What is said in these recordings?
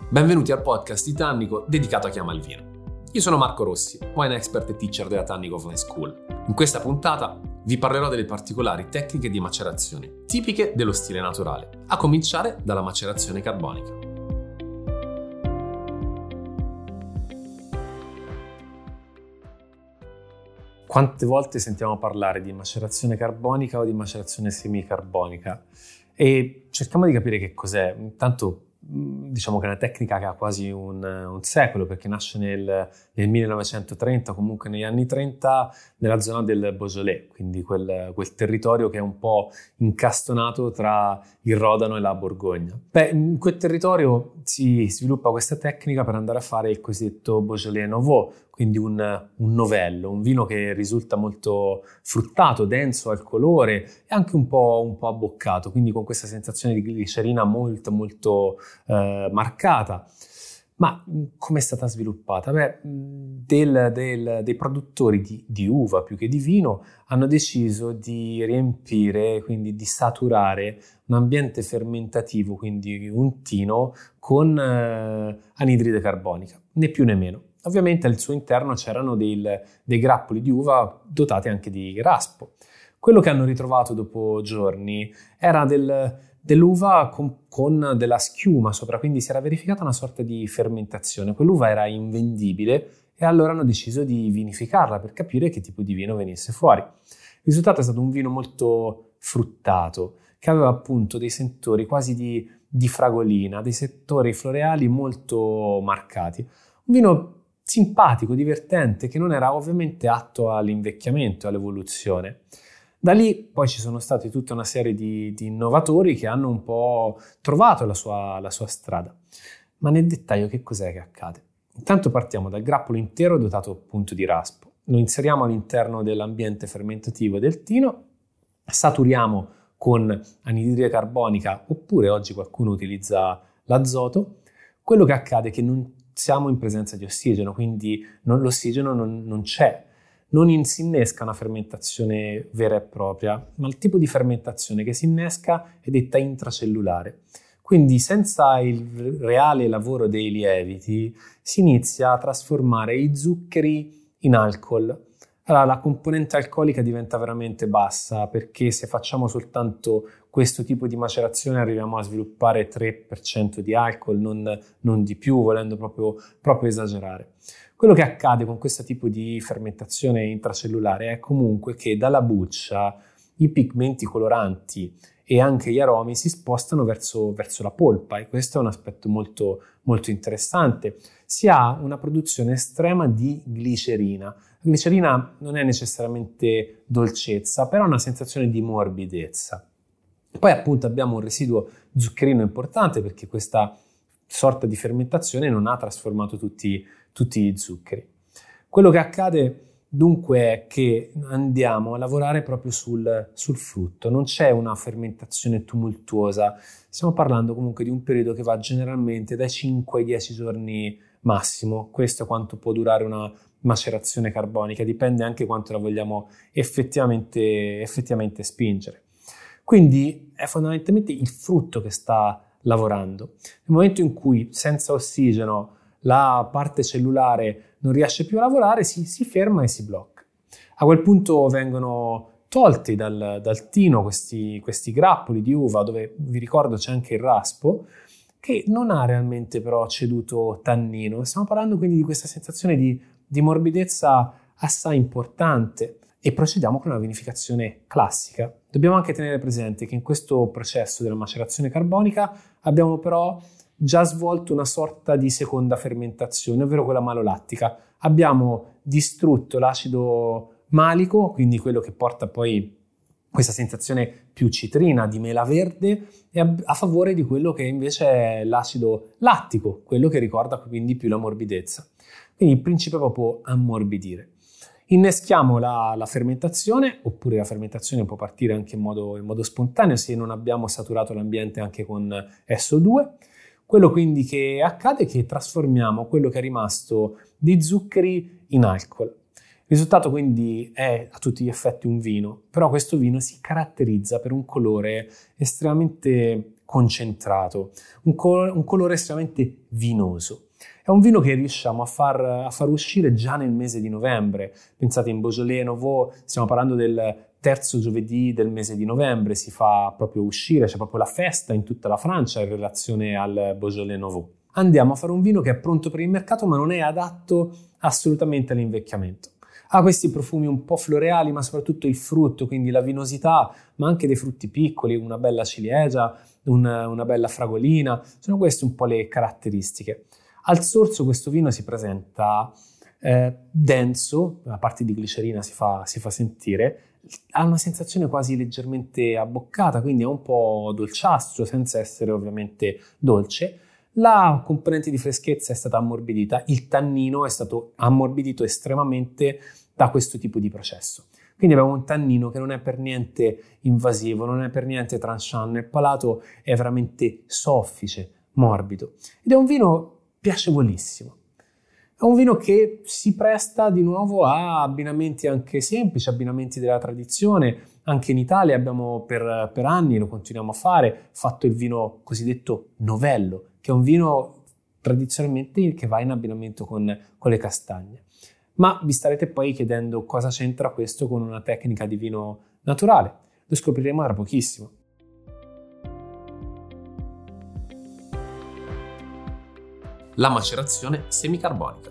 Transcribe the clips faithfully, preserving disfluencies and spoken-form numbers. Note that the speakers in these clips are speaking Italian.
Benvenuti al podcast di Tannico dedicato a chi ama il vino. Io sono Marco Rossi, wine expert e teacher della Tannico Offline School. In questa puntata vi parlerò delle particolari tecniche di macerazione tipiche dello stile naturale, a cominciare dalla macerazione carbonica. Quante volte sentiamo parlare di macerazione carbonica o di macerazione semicarbonica? E cerchiamo di capire che cos'è. Intanto diciamo che è una tecnica che ha quasi un, un secolo, perché nasce nel, nel millenovecentotrenta, comunque negli anni trenta, nella zona del Beaujolais, quindi quel, quel territorio che è un po' incastonato tra il Rodano e la Borgogna. Beh, in quel territorio si sviluppa questa tecnica per andare a fare il cosiddetto Beaujolais Nouveau, quindi un, un novello, un vino che risulta molto fruttato, denso al colore e anche un po', un po' abboccato, quindi con questa sensazione di glicerina molto molto eh, marcata. Ma come è stata sviluppata? Beh, del, del, dei produttori di, di uva più che di vino hanno deciso di riempire, quindi di saturare un ambiente fermentativo, quindi un tino, con eh, anidride carbonica, né più né meno. Ovviamente al suo interno c'erano dei, dei grappoli di uva dotati anche di raspo. Quello che hanno ritrovato dopo giorni era del, dell'uva con, con della schiuma sopra, quindi si era verificata una sorta di fermentazione. Quell'uva era invendibile e allora hanno deciso di vinificarla per capire che tipo di vino venisse fuori. Il risultato è stato un vino molto fruttato, che aveva appunto dei sentori quasi di, di fragolina, dei settori floreali molto marcati. Un vino simpatico, divertente, che non era ovviamente atto all'invecchiamento, all'evoluzione. Da lì poi ci sono stati tutta una serie di, di innovatori che hanno un po' trovato la sua, la sua strada. Ma nel dettaglio che cos'è che accade? Intanto partiamo dal grappolo intero dotato appunto di raspo. Lo inseriamo all'interno dell'ambiente fermentativo del tino, saturiamo con anidride carbonica oppure oggi qualcuno utilizza l'azoto. Quello che accade è che non siamo in presenza di ossigeno, quindi non, l'ossigeno non, non c'è, non si innesca una fermentazione vera e propria, ma il tipo di fermentazione che si innesca è detta intracellulare. Quindi senza il reale lavoro dei lieviti si inizia a trasformare i zuccheri in alcol. Allora la componente alcolica diventa veramente bassa, perché se facciamo soltanto questo tipo di macerazione arriviamo a sviluppare tre per cento di alcol, non, non di più, volendo proprio, proprio esagerare. Quello che accade con questo tipo di fermentazione intracellulare è comunque che dalla buccia i pigmenti coloranti e anche gli aromi si spostano verso, verso la polpa, e questo è un aspetto molto, molto interessante. Si ha una produzione estrema di glicerina. La glicerina non è necessariamente dolcezza, però ha una sensazione di morbidezza. Poi appunto abbiamo un residuo zuccherino importante, perché questa sorta di fermentazione non ha trasformato tutti, tutti gli zuccheri. Quello che accade dunque è che andiamo a lavorare proprio sul, sul frutto, non c'è una fermentazione tumultuosa, stiamo parlando comunque di un periodo che va generalmente dai cinque ai dieci giorni massimo. Questo è quanto può durare una macerazione carbonica, dipende anche quanto la vogliamo effettivamente, effettivamente spingere. Quindi è fondamentalmente il frutto che sta lavorando. Nel momento in cui senza ossigeno la parte cellulare non riesce più a lavorare, si, si ferma e si blocca. A quel punto vengono tolti dal, dal tino questi, questi grappoli di uva, dove vi ricordo c'è anche il raspo, che non ha realmente però ceduto tannino. Stiamo parlando quindi di questa sensazione di, di morbidezza assai importante, e procediamo con una vinificazione classica. Dobbiamo anche tenere presente che in questo processo della macerazione carbonica abbiamo però già svolto una sorta di seconda fermentazione, ovvero quella malolattica. Abbiamo distrutto l'acido malico, quindi quello che porta poi questa sensazione più citrina di mela verde, e a, a favore di quello che invece è l'acido lattico, quello che ricorda quindi più la morbidezza. Quindi il principio è proprio ammorbidire. Inneschiamo la, la fermentazione, oppure la fermentazione può partire anche in modo, in modo spontaneo se non abbiamo saturato l'ambiente anche con S O due. Quello quindi che accade è che trasformiamo quello che è rimasto di zuccheri in alcol. Il risultato quindi è a tutti gli effetti un vino, però questo vino si caratterizza per un colore estremamente concentrato, un, col- un colore estremamente vinoso. È un vino che riusciamo a far, a far uscire già nel mese di novembre. Pensate, in Beaujolais Nouveau stiamo parlando del terzo giovedì del mese di novembre, si fa proprio uscire, c'è proprio la festa in tutta la Francia in relazione al Beaujolais Nouveau. Andiamo a fare un vino che è pronto per il mercato ma non è adatto assolutamente all'invecchiamento. Ha questi profumi un po' floreali, ma soprattutto il frutto, quindi la vinosità, ma anche dei frutti piccoli, una bella ciliegia, una, una bella fragolina, sono queste un po' le caratteristiche. Al sorso questo vino si presenta eh, denso, la parte di glicerina si fa, si fa sentire, ha una sensazione quasi leggermente abboccata, quindi è un po' dolciastro senza essere ovviamente dolce. La componente di freschezza è stata ammorbidita, il tannino è stato ammorbidito estremamente da questo tipo di processo. Quindi abbiamo un tannino che non è per niente invasivo, non è per niente tranchant, il palato è veramente soffice, morbido. Ed è un vino piacevolissimo. È un vino che si presta di nuovo a abbinamenti anche semplici, abbinamenti della tradizione. Anche in Italia abbiamo per, per anni, lo continuiamo a fare, fatto il vino cosiddetto novello, che è un vino tradizionalmente che va in abbinamento con, con le castagne. Ma vi starete poi chiedendo cosa c'entra questo con una tecnica di vino naturale. Lo scopriremo tra pochissimo. La macerazione semicarbonica.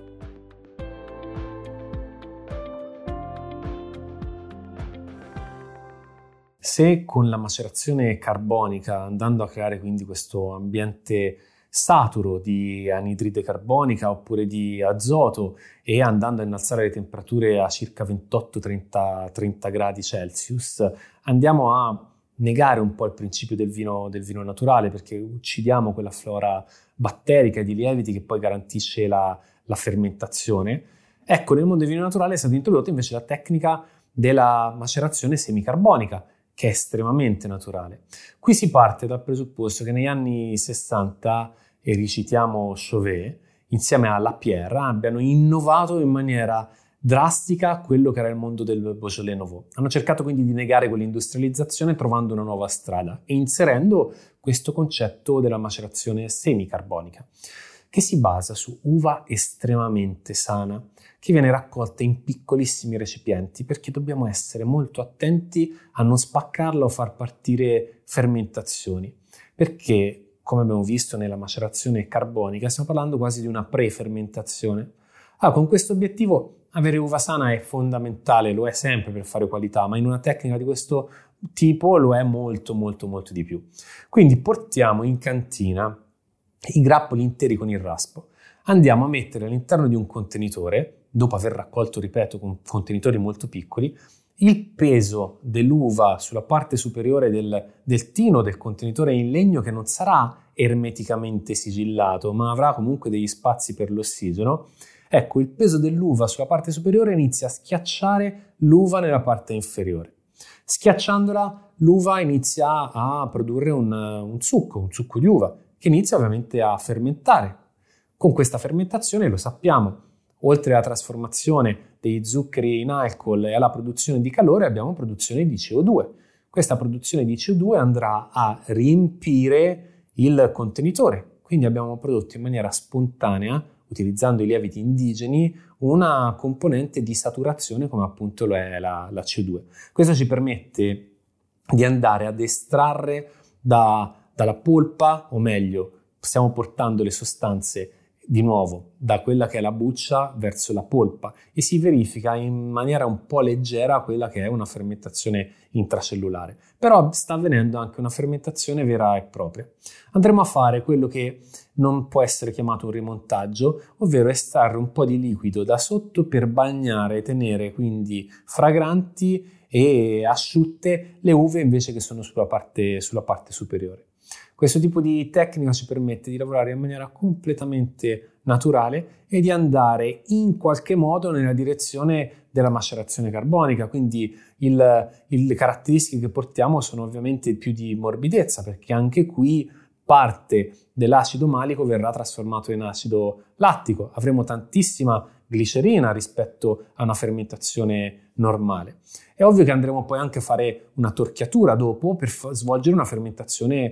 Se con la macerazione carbonica, andando a creare quindi questo ambiente saturo di anidride carbonica oppure di azoto e andando a innalzare le temperature a circa ventotto trenta gradi Celsius, andiamo a negare un po' il principio del vino, del vino naturale, perché uccidiamo quella flora batterica e di lieviti che poi garantisce la, la fermentazione. Ecco, nel mondo del vino naturale è stata introdotta invece la tecnica della macerazione semicarbonica, che è estremamente naturale. Qui si parte dal presupposto che negli anni sessanta, e ricitiamo Chauvet, insieme a Lapierre, abbiano innovato in maniera drastica quello che era il mondo del Beaujolais Nouveau. Hanno cercato quindi di negare quell'industrializzazione trovando una nuova strada e inserendo questo concetto della macerazione semicarbonica, che si basa su uva estremamente sana, che viene raccolta in piccolissimi recipienti, perché dobbiamo essere molto attenti a non spaccarla o far partire fermentazioni, perché, come abbiamo visto nella macerazione carbonica, stiamo parlando quasi di una prefermentazione. Ah, con questo obiettivo avere uva sana è fondamentale, lo è sempre per fare qualità, ma in una tecnica di questo tipo lo è molto molto molto di più. Quindi portiamo in cantina i grappoli interi con il raspo, andiamo a mettere all'interno di un contenitore, dopo aver raccolto, ripeto, con contenitori molto piccoli, il peso dell'uva sulla parte superiore del, del tino del contenitore in legno, che non sarà ermeticamente sigillato, ma avrà comunque degli spazi per l'ossigeno. Ecco, il peso dell'uva sulla parte superiore inizia a schiacciare l'uva nella parte inferiore. Schiacciandola, l'uva inizia a produrre un, un succo, un succo di uva, che inizia ovviamente a fermentare. Con questa fermentazione, lo sappiamo, oltre alla trasformazione degli zuccheri in alcol e alla produzione di calore, abbiamo produzione di C O due. Questa produzione di C O due andrà a riempire il contenitore, quindi abbiamo prodotto in maniera spontanea, utilizzando i lieviti indigeni, una componente di saturazione come appunto lo è la, la C O due. Questo ci permette di andare ad estrarre da, dalla polpa, o meglio, stiamo portando le sostanze di nuovo da quella che è la buccia verso la polpa e si verifica in maniera un po' leggera quella che è una fermentazione intracellulare. Però sta avvenendo anche una fermentazione vera e propria. Andremo a fare quello che non può essere chiamato un rimontaggio, ovvero estrarre un po' di liquido da sotto per bagnare e tenere quindi fragranti e asciutte le uve invece che sono sulla parte, sulla parte superiore. Questo tipo di tecnica ci permette di lavorare in maniera completamente naturale e di andare in qualche modo nella direzione della macerazione carbonica, quindi il, il, le caratteristiche che portiamo sono ovviamente più di morbidezza, perché anche qui parte dell'acido malico verrà trasformato in acido lattico, avremo tantissima glicerina rispetto a una fermentazione normale. È ovvio che andremo poi anche a fare una torchiatura dopo per f- svolgere una fermentazione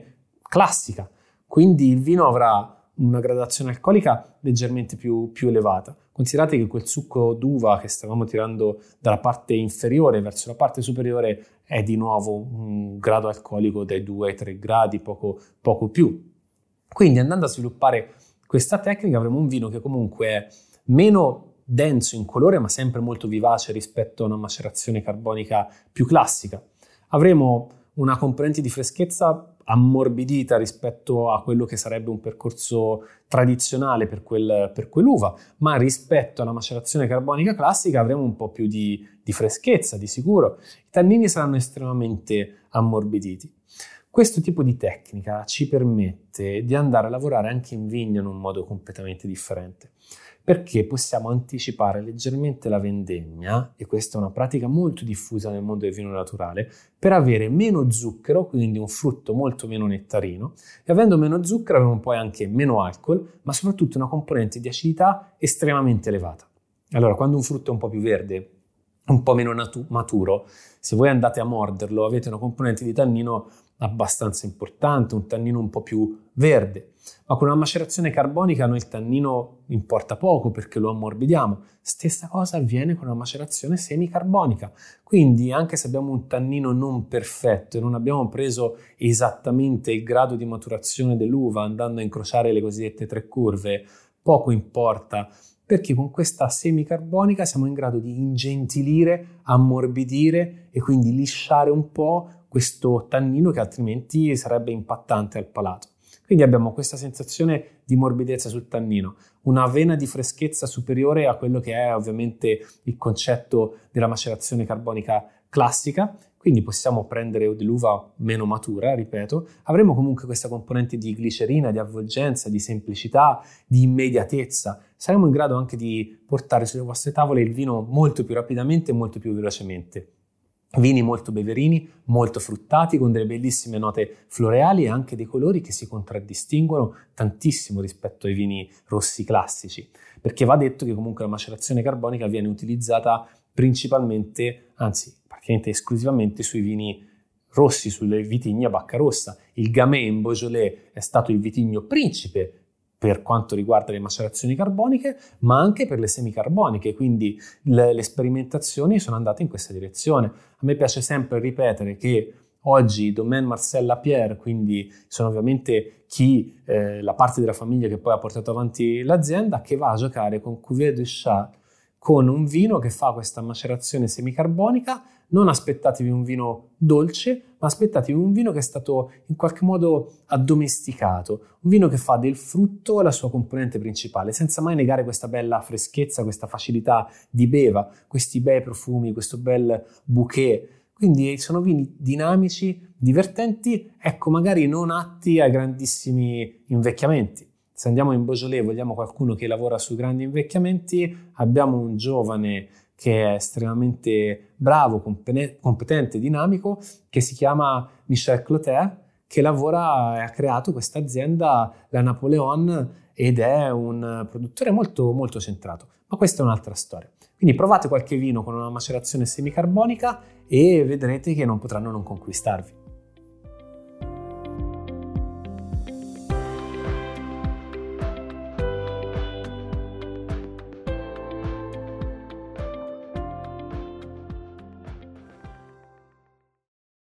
classica, quindi il vino avrà una gradazione alcolica leggermente più, più elevata. Considerate che quel succo d'uva che stavamo tirando dalla parte inferiore verso la parte superiore è di nuovo un grado alcolico dai due ai tre gradi, poco, poco più. Quindi andando a sviluppare questa tecnica avremo un vino che comunque è meno denso in colore ma sempre molto vivace rispetto a una macerazione carbonica più classica. Avremo una componente di freschezza ammorbidita rispetto a quello che sarebbe un percorso tradizionale per, quel, per quell'uva, ma rispetto alla macerazione carbonica classica avremo un po' più di, di freschezza, di sicuro. I tannini saranno estremamente ammorbiditi. Questo tipo di tecnica ci permette di andare a lavorare anche in vigna in un modo completamente differente, perché possiamo anticipare leggermente la vendemmia, e questa è una pratica molto diffusa nel mondo del vino naturale, per avere meno zucchero, quindi un frutto molto meno nettarino, e avendo meno zucchero avremo poi anche meno alcol, ma soprattutto una componente di acidità estremamente elevata. Allora, quando un frutto è un po' più verde, un po' meno natu- maturo, se voi andate a morderlo avete una componente di tannino abbastanza importante, un tannino un po' più verde, ma con una macerazione carbonica noi il tannino importa poco perché lo ammorbidiamo. Stessa cosa avviene con una macerazione semicarbonica, quindi anche se abbiamo un tannino non perfetto e non abbiamo preso esattamente il grado di maturazione dell'uva andando a incrociare le cosiddette tre curve, poco importa, perché con questa semicarbonica siamo in grado di ingentilire, ammorbidire e quindi lisciare un po' questo tannino che altrimenti sarebbe impattante al palato. Quindi abbiamo questa sensazione di morbidezza sul tannino, una vena di freschezza superiore a quello che è ovviamente il concetto della macerazione carbonica classica, quindi possiamo prendere dell'uva meno matura, ripeto, avremo comunque questa componente di glicerina, di avvolgenza, di semplicità, di immediatezza. Saremo in grado anche di portare sulle vostre tavole il vino molto più rapidamente e molto più velocemente. Vini molto beverini, molto fruttati, con delle bellissime note floreali e anche dei colori che si contraddistinguono tantissimo rispetto ai vini rossi classici, perché va detto che comunque la macerazione carbonica viene utilizzata principalmente, anzi praticamente esclusivamente sui vini rossi, sulle vitigni a bacca rossa. Il Gamay in Beaujolais è stato il vitigno principe per quanto riguarda le macerazioni carboniche, ma anche per le semicarboniche, quindi le, le sperimentazioni sono andate in questa direzione. A me piace sempre ripetere che oggi Domaine Marcel Lapierre, quindi sono ovviamente chi, eh, la parte della famiglia che poi ha portato avanti l'azienda, che va a giocare con Cuvée de Chat, con un vino che fa questa macerazione semicarbonica. Non aspettatevi un vino dolce, ma aspettatevi un vino che è stato in qualche modo addomesticato, un vino che fa del frutto la sua componente principale, senza mai negare questa bella freschezza, questa facilità di beva, questi bei profumi, questo bel bouquet. Quindi sono vini dinamici, divertenti, ecco, magari non atti a grandissimi invecchiamenti. Se andiamo in Beaujolais e vogliamo qualcuno che lavora sui grandi invecchiamenti, abbiamo un giovane che è estremamente bravo, competente, dinamico, che si chiama Michel Clotaire, che lavora e ha creato questa azienda, la Napoleon, ed è un produttore molto, molto centrato. Ma questa è un'altra storia. Quindi provate qualche vino con una macerazione semicarbonica e vedrete che non potranno non conquistarvi.